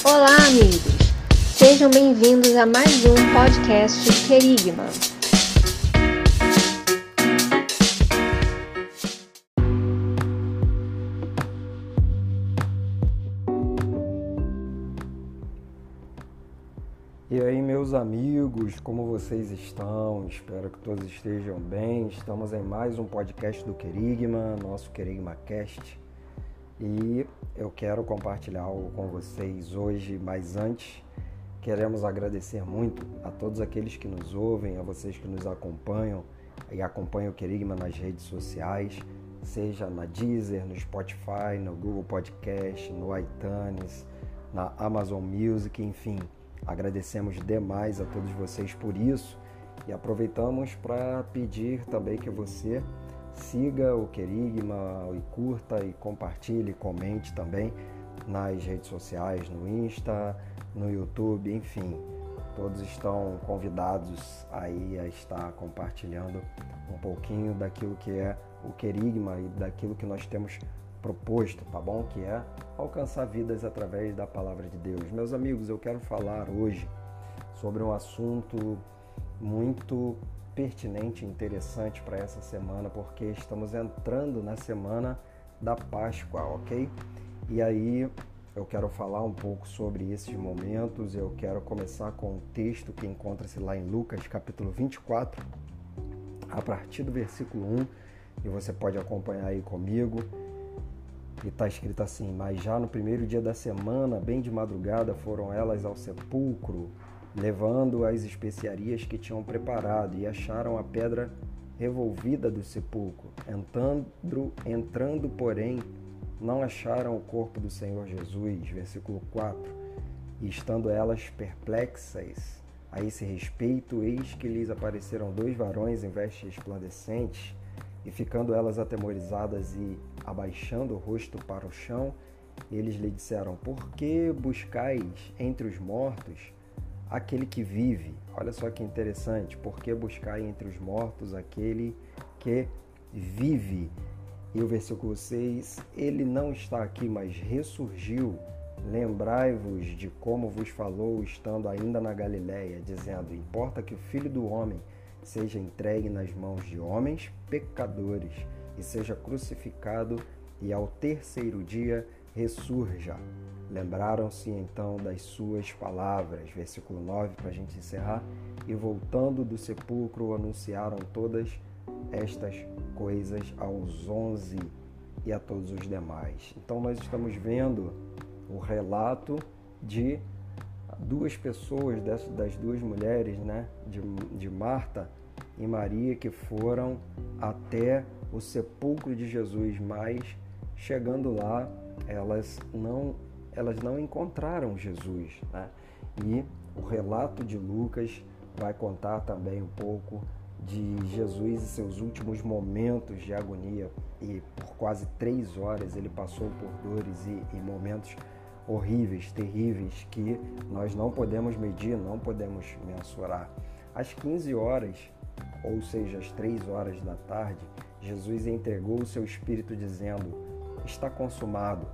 Olá, amigos! Sejam bem-vindos a mais um podcast Querigma. E aí, meus amigos, como vocês estão? Espero que todos estejam bem. Estamos em mais um podcast do Querigma, nosso Querigma Cast. E eu quero compartilhar algo com vocês hoje, mas antes queremos agradecer muito a todos aqueles que nos ouvem, a vocês que nos acompanham e acompanham o Querigma nas redes sociais, seja na Deezer, no Spotify, no Google Podcast, no iTunes, na Amazon Music, enfim. Agradecemos demais a todos vocês por isso e aproveitamos para pedir também que você siga o Querigma e curta e compartilhe, comente também nas redes sociais, no Insta, no YouTube, enfim. Todos estão convidados aí a estar compartilhando um pouquinho daquilo que é o Querigma e daquilo que nós temos proposto, tá bom? Que é alcançar vidas através da palavra de Deus. Meus amigos, eu quero falar hoje sobre um assunto muito pertinente e interessante para essa semana, porque estamos entrando na semana da Páscoa, ok? E aí eu quero falar um pouco sobre esses momentos. Eu quero começar com um texto que encontra-se lá em Lucas, capítulo 24, a partir do versículo 1, e você pode acompanhar aí comigo. E está escrito assim: mas já no primeiro dia da semana, bem de madrugada, foram elas ao sepulcro, levando as especiarias que tinham preparado, e acharam a pedra revolvida do sepulcro. Entrando, porém, não acharam o corpo do Senhor Jesus. Versículo 4. E estando elas perplexas a esse respeito, eis que lhes apareceram 2 varões em vestes resplandecentes, e ficando elas atemorizadas e abaixando o rosto para o chão, eles lhe disseram: por que buscais entre os mortos aquele que vive? Olha só que interessante. Por que buscai entre os mortos aquele que vive? E o versículo 6, ele não está aqui, mas ressurgiu. Lembrai-vos de como vos falou, estando ainda na Galiléia, dizendo: importa que o Filho do Homem seja entregue nas mãos de homens pecadores e seja crucificado, e ao terceiro dia ressurja. Lembraram-se então das suas palavras. Versículo 9, para a gente encerrar. E voltando do sepulcro, anunciaram todas estas coisas aos 11 e a todos os demais. Então nós estamos vendo o relato de 2 pessoas, das 2 mulheres, né, de Marta e Maria, que foram até o sepulcro de Jesus, mas chegando lá, elas não encontraram Jesus, né? E o relato de Lucas vai contar também um pouco de Jesus e seus últimos momentos de agonia, e por quase 3 horas ele passou por dores e momentos horríveis, terríveis, que nós não podemos medir, não podemos mensurar. Às 15 horas, ou seja, às 3 horas da tarde, Jesus entregou o seu espírito dizendo: está consumado.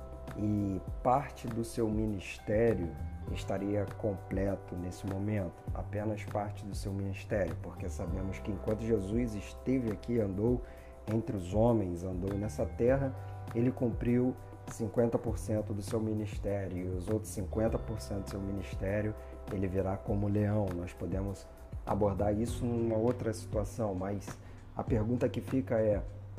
E parte do seu ministério estaria completo nesse momento, apenas parte do seu ministério, porque sabemos que enquanto Jesus esteve aqui, andou entre os homens, andou nessa terra, ele cumpriu 50% do seu ministério, e os outros 50% do seu ministério ele virá como leão. Nós podemos abordar isso numa outra situação, mas a pergunta que fica é: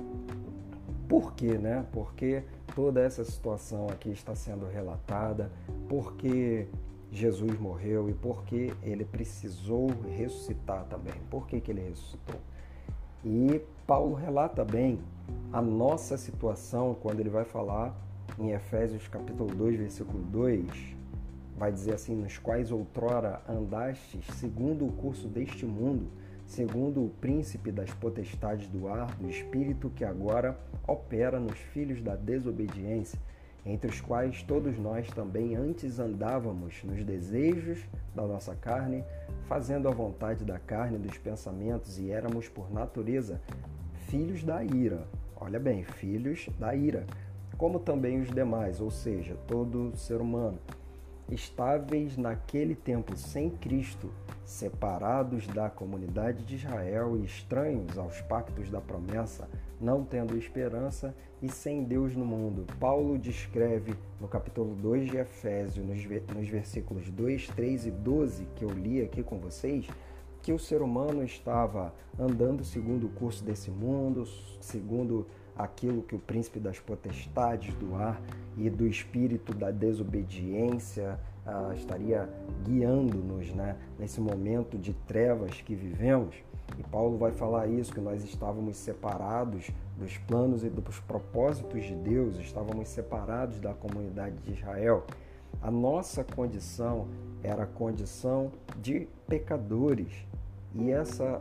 por quê, né? Por que toda essa situação aqui está sendo relatada? Por que Jesus morreu e por que ele precisou ressuscitar também? Por que ele ressuscitou? E Paulo relata bem a nossa situação quando ele vai falar em Efésios capítulo 2, versículo 2, vai dizer assim: nos quais outrora andastes segundo o curso deste mundo, segundo o príncipe das potestades do ar, do espírito que agora opera nos filhos da desobediência, entre os quais todos nós também antes andávamos nos desejos da nossa carne, fazendo a vontade da carne e dos pensamentos, e éramos por natureza filhos da ira. Olha bem, filhos da ira, como também os demais, ou seja, todo ser humano. estáveis naquele tempo sem Cristo, separados da comunidade de Israel e estranhos aos pactos da promessa, não tendo esperança e sem Deus no mundo. Paulo descreve no capítulo 2 de Efésios, nos versículos 2, 3 e 12, que eu li aqui com vocês, que o ser humano estava andando segundo o curso desse mundo, segundo aquilo que o príncipe das potestades do ar e do espírito da desobediência estaria guiando-nos, né, nesse momento de trevas que vivemos. E Paulo vai falar isso, que nós estávamos separados dos planos e dos propósitos de Deus, estávamos separados da comunidade de Israel. A nossa condição era a condição de pecadores. E essa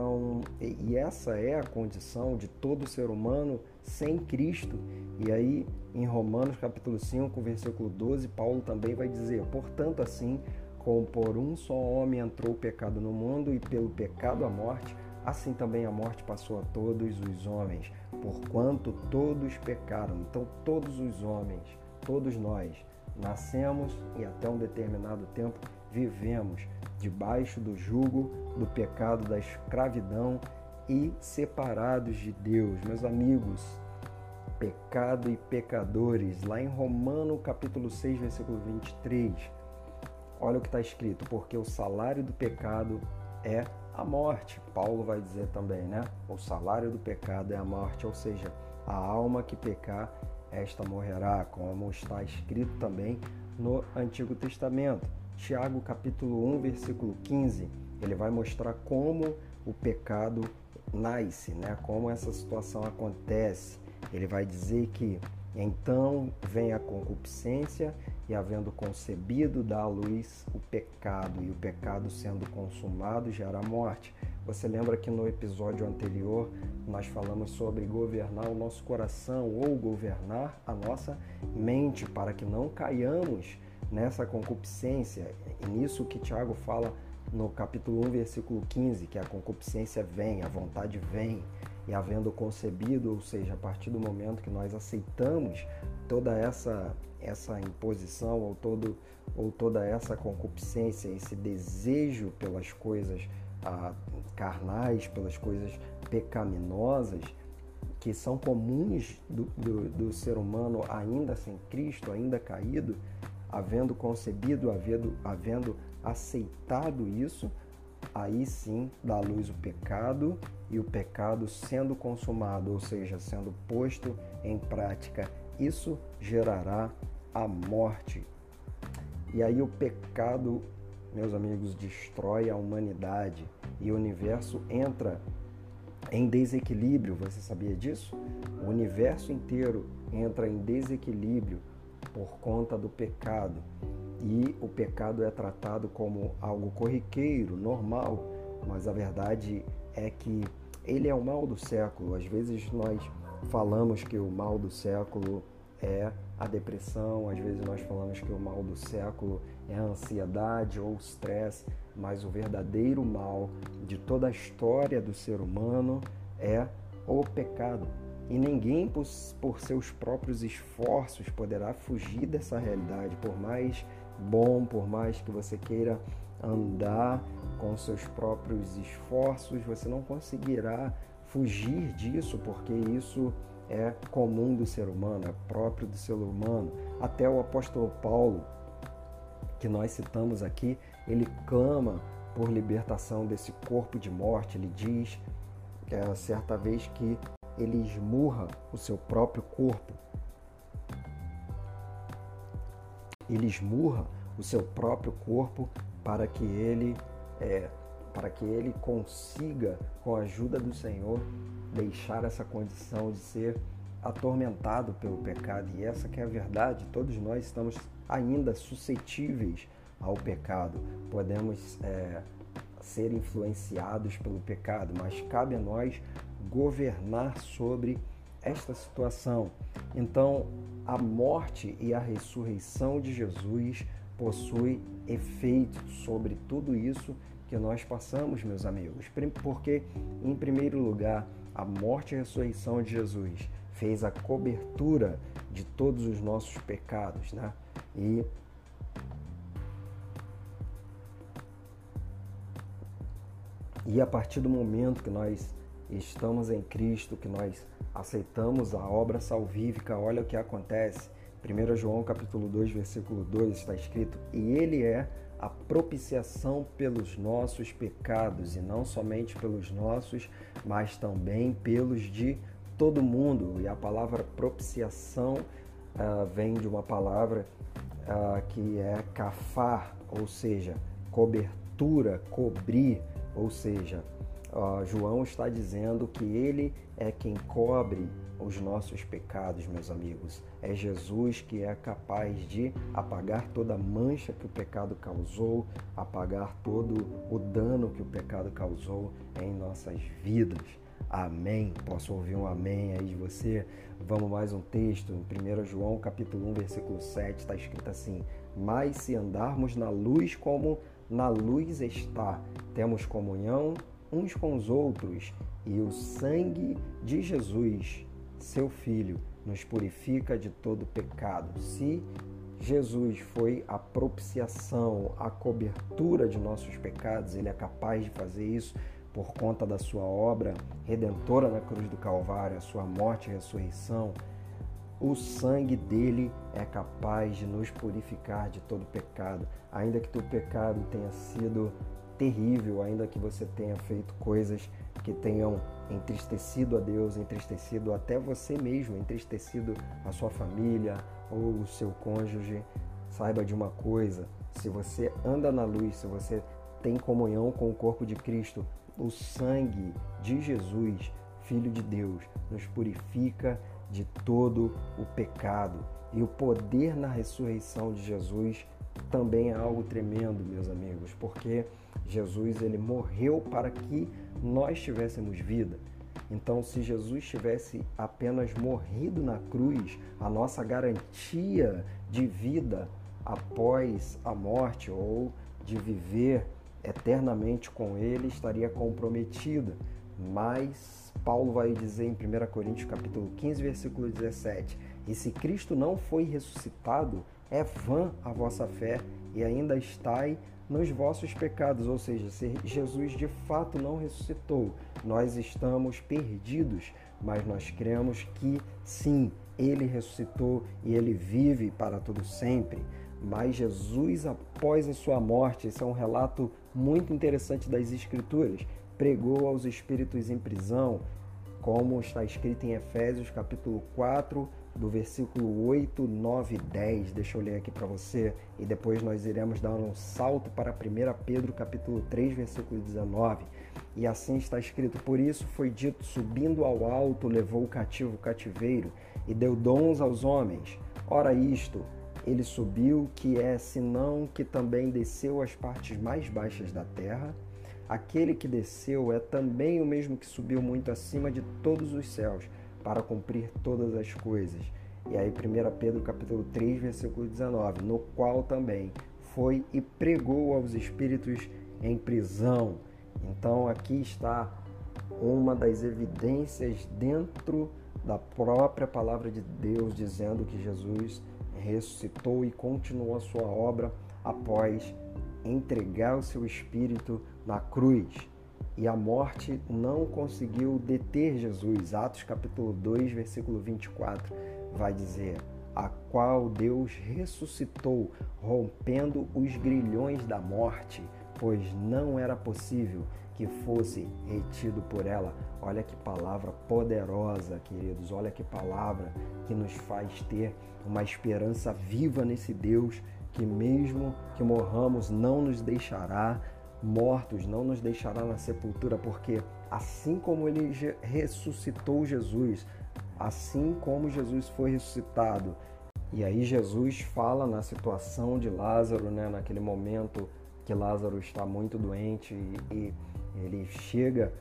é a condição de todo ser humano sem Cristo. E aí, em Romanos capítulo 5, versículo 12, Paulo também vai dizer: portanto, assim como por um só homem entrou o pecado no mundo e pelo pecado a morte, assim também a morte passou a todos os homens, porquanto todos pecaram. Então, todos os homens, todos nós, nascemos e até um determinado tempo vivemos debaixo do jugo do pecado, da escravidão e separados de Deus. Meus amigos, pecado e pecadores, lá em Romanos capítulo 6, versículo 23, olha o que está escrito: porque o salário do pecado é a morte. Paulo vai dizer também, né? O salário do pecado é a morte, ou seja, a alma que pecar, esta morrerá, como está escrito também no Antigo Testamento. Tiago capítulo 1, versículo 15, ele vai mostrar como o pecado nasce, né? Como essa situação acontece. Ele vai dizer que então vem a concupiscência e, havendo concebido, dá à luz o pecado, e o pecado sendo consumado gera a morte. Você lembra que no episódio anterior nós falamos sobre governar o nosso coração ou governar a nossa mente para que não caiamos nessa concupiscência, e nisso que Tiago fala no capítulo 1, versículo 15, que a concupiscência vem, a vontade vem, e havendo concebido, ou seja, a partir do momento que nós aceitamos toda essa imposição ou toda essa concupiscência, esse desejo pelas coisas carnais, pelas coisas pecaminosas, que são comuns do ser humano ainda sem Cristo, ainda caído, havendo concebido, havendo aceitado isso, aí sim dá à luz o pecado, e o pecado sendo consumado, ou seja, sendo posto em prática, isso gerará a morte. E aí o pecado, meus amigos, destrói a humanidade e o universo entra em desequilíbrio. Você sabia disso? O universo inteiro entra em desequilíbrio por conta do pecado. E o pecado é tratado como algo corriqueiro, normal, mas a verdade é que ele é o mal do século. Às vezes nós falamos que o mal do século é a depressão, às vezes nós falamos que o mal do século é a ansiedade ou o estresse, mas o verdadeiro mal de toda a história do ser humano é o pecado. E ninguém, por seus próprios esforços, poderá fugir dessa realidade. Por mais bom, por mais que você queira andar com seus próprios esforços, você não conseguirá fugir disso, porque isso é comum do ser humano, é próprio do ser humano. Até o apóstolo Paulo, que nós citamos aqui, ele clama por libertação desse corpo de morte. Ele diz, certa vez, que ele esmurra o seu próprio corpo. Ele esmurra o seu próprio corpo para que ele consiga, com a ajuda do Senhor, deixar essa condição de ser atormentado pelo pecado. E essa que é a verdade. Todos nós estamos ainda suscetíveis ao pecado. Podemos ser influenciados pelo pecado, mas cabe a nós governar sobre esta situação. Então, a morte e a ressurreição de Jesus possui efeito sobre tudo isso que nós passamos, meus amigos. Porque, em primeiro lugar, a morte e a ressurreição de Jesus fez a cobertura de todos os nossos pecados, né? E E a partir do momento que nós estamos em Cristo, que nós aceitamos a obra salvífica, olha o que acontece. 1 João capítulo 2, versículo 2 está escrito: e Ele é a propiciação pelos nossos pecados, e não somente pelos nossos, mas também pelos de todo mundo. E a palavra propiciação vem de uma palavra que é kafar, ou seja, cobertura, cobrir, ou seja, João está dizendo que ele é quem cobre os nossos pecados, meus amigos. É Jesus que é capaz de apagar toda a mancha que o pecado causou, apagar todo o dano que o pecado causou em nossas vidas. Amém. Posso ouvir um amém aí de você? Vamos mais um texto. Em 1 João capítulo 1, versículo 7, está escrito assim: mas se andarmos na luz como na luz está, temos comunhão uns com os outros, e o sangue de Jesus, seu Filho, nos purifica de todo pecado. Se Jesus foi a propiciação, a cobertura de nossos pecados, Ele é capaz de fazer isso por conta da sua obra redentora na cruz do Calvário, a sua morte e ressurreição. O sangue dele é capaz de nos purificar de todo pecado. Ainda que teu pecado tenha sido terrível, ainda que você tenha feito coisas que tenham entristecido a Deus, entristecido até você mesmo, entristecido a sua família ou o seu cônjuge, saiba de uma coisa: se você anda na luz, se você tem comunhão com o corpo de Cristo, o sangue de Jesus, Filho de Deus, nos purifica de todo o pecado. E o poder na ressurreição de Jesus também é algo tremendo, meus amigos, porque Jesus, ele morreu para que nós tivéssemos vida. Então, se Jesus tivesse apenas morrido na cruz, a nossa garantia de vida após a morte ou de viver eternamente com ele estaria comprometida. Mas Paulo vai dizer em 1 Coríntios capítulo 15, versículo 17: e se Cristo não foi ressuscitado, é vã a vossa fé e ainda estai nos vossos pecados. Ou seja, se Jesus de fato não ressuscitou, nós estamos perdidos, mas nós cremos que sim, ele ressuscitou e ele vive para todo sempre. Mas Jesus, após a sua morte, esse é um relato muito interessante das Escrituras, pregou aos espíritos em prisão, como está escrito em Efésios capítulo 4, do versículo 8, 9 e 10. Deixa eu ler aqui para você e depois nós iremos dar um salto para 1 Pedro capítulo 3, versículo 19. E assim está escrito: por isso foi dito, subindo ao alto, levou o cativo o cativeiro e deu dons aos homens. Ora isto, ele subiu, que é senão que também desceu às partes mais baixas da terra. Aquele que desceu é também o mesmo que subiu muito acima de todos os céus, para cumprir todas as coisas. E aí 1 Pedro capítulo 3, versículo 19, no qual também foi e pregou aos espíritos em prisão. Então aqui está uma das evidências dentro da própria palavra de Deus, dizendo que Jesus ressuscitou e continuou a sua obra após entregar o seu espírito na cruz. E a morte não conseguiu deter Jesus. Atos capítulo 2, versículo 24, vai dizer: a qual Deus ressuscitou, rompendo os grilhões da morte, pois não era possível que fosse retido por ela. Olha que palavra poderosa, queridos. Olha que palavra que nos faz ter uma esperança viva nesse Deus que, mesmo que morramos, não nos deixará mortos, não nos deixará na sepultura, porque assim como ele ressuscitou Jesus, assim como Jesus foi ressuscitado. E aí Jesus fala na situação de Lázaro, né, naquele momento que Lázaro está muito doente e ele chega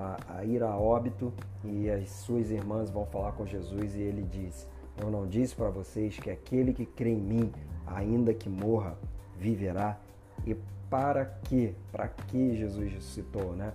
a ir a óbito, e as suas irmãs vão falar com Jesus e ele diz: eu não disse para vocês que aquele que crê em mim, ainda que morra, viverá? E para que Jesus ressuscitou, né?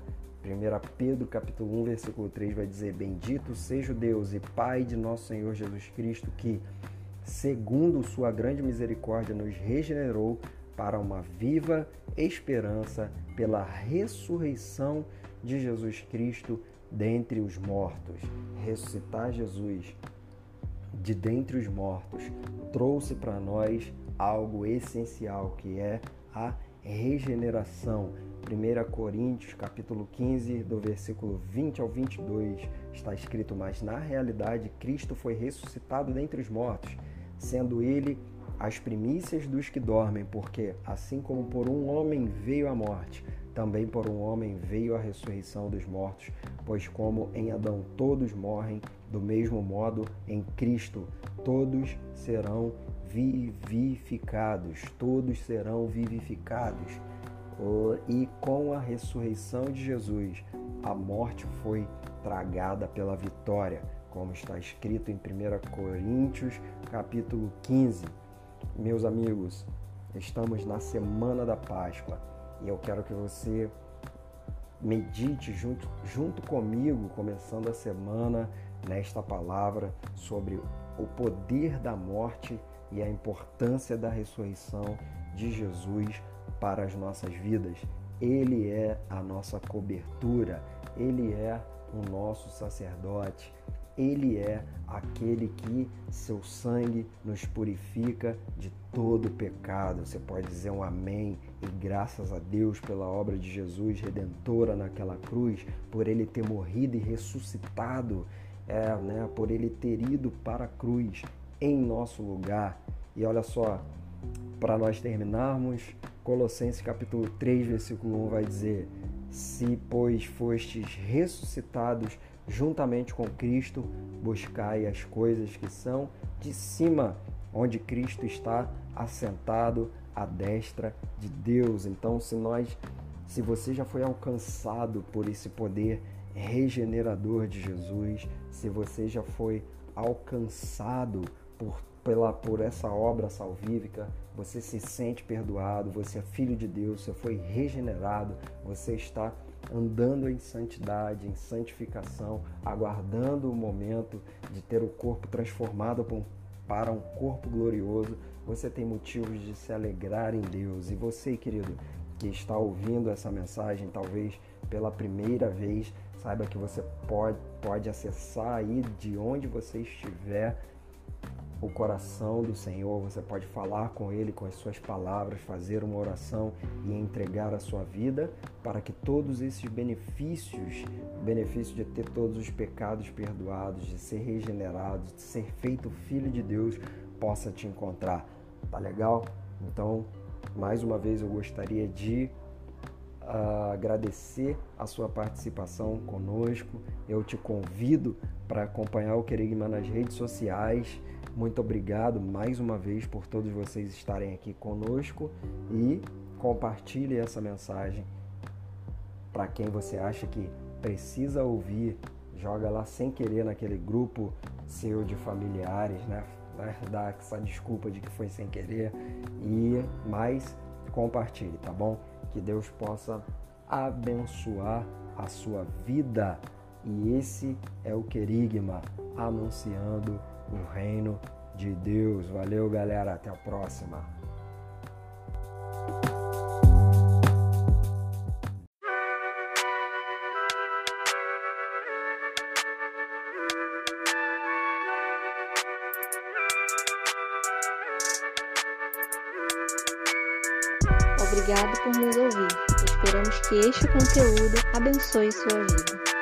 1 Pedro capítulo 1, versículo 3 vai dizer: bendito seja o Deus e Pai de nosso Senhor Jesus Cristo, que, segundo sua grande misericórdia, nos regenerou para uma viva esperança pela ressurreição de Jesus Cristo dentre os mortos. Ressuscitar Jesus de dentre os mortos trouxe para nós algo essencial, que é a regeneração. 1 Coríntios, capítulo 15, do versículo 20 ao 22, está escrito: mas na realidade Cristo foi ressuscitado dentre os mortos, sendo ele as primícias dos que dormem, porque assim como por um homem veio a morte, também por um homem veio a ressurreição dos mortos, pois como em Adão todos morrem, do mesmo modo em Cristo todos serão vivificados. Todos serão vivificados. E com a ressurreição de Jesus, a morte foi tragada pela vitória, como está escrito em 1 Coríntios, capítulo 15. Meus amigos, estamos na semana da Páscoa e eu quero que você medite junto comigo, começando a semana, nesta palavra sobre o poder da morte e a importância da ressurreição de Jesus para as nossas vidas. Ele é a nossa cobertura, Ele é o nosso sacerdote, Ele é aquele que seu sangue nos purifica de todo pecado. Você pode dizer um amém e graças a Deus pela obra de Jesus redentora naquela cruz, por Ele ter morrido e ressuscitado, por Ele ter ido para a cruz em nosso lugar. E olha só, para nós terminarmos, Colossenses capítulo 3, versículo 1 vai dizer: se, pois, fostes ressuscitados juntamente com Cristo, buscai as coisas que são de cima, onde Cristo está assentado à destra de Deus. Então, se você já foi alcançado por esse poder regenerador de Jesus, se você já foi alcançado por essa obra salvífica, você se sente perdoado, você é filho de Deus, você foi regenerado, você está andando em santidade, em santificação, aguardando o momento de ter o corpo transformado para um corpo glorioso, você tem motivos de se alegrar em Deus. E você, querido, que está ouvindo essa mensagem, talvez pela primeira vez, saiba que você pode acessar aí de onde você estiver o coração do Senhor. Você pode falar com Ele com as suas palavras, fazer uma oração e entregar a sua vida para que todos esses benefícios, o benefício de ter todos os pecados perdoados, de ser regenerado, de ser feito filho de Deus, possa te encontrar. Tá legal? Então, mais uma vez eu gostaria de agradecer a sua participação conosco. Eu te convido para acompanhar o Querigma nas redes sociais. Muito obrigado mais uma vez por todos vocês estarem aqui conosco e compartilhe essa mensagem para quem você acha que precisa ouvir. Joga lá sem querer naquele grupo seu de familiares, né? Dá essa desculpa de que foi sem querer, mas compartilhe, tá bom? Que Deus possa abençoar a sua vida. E esse é o Querigma, anunciando o reino de Deus. Valeu, galera. Até a próxima. Obrigado por nos ouvir. Esperamos que este conteúdo abençoe sua vida.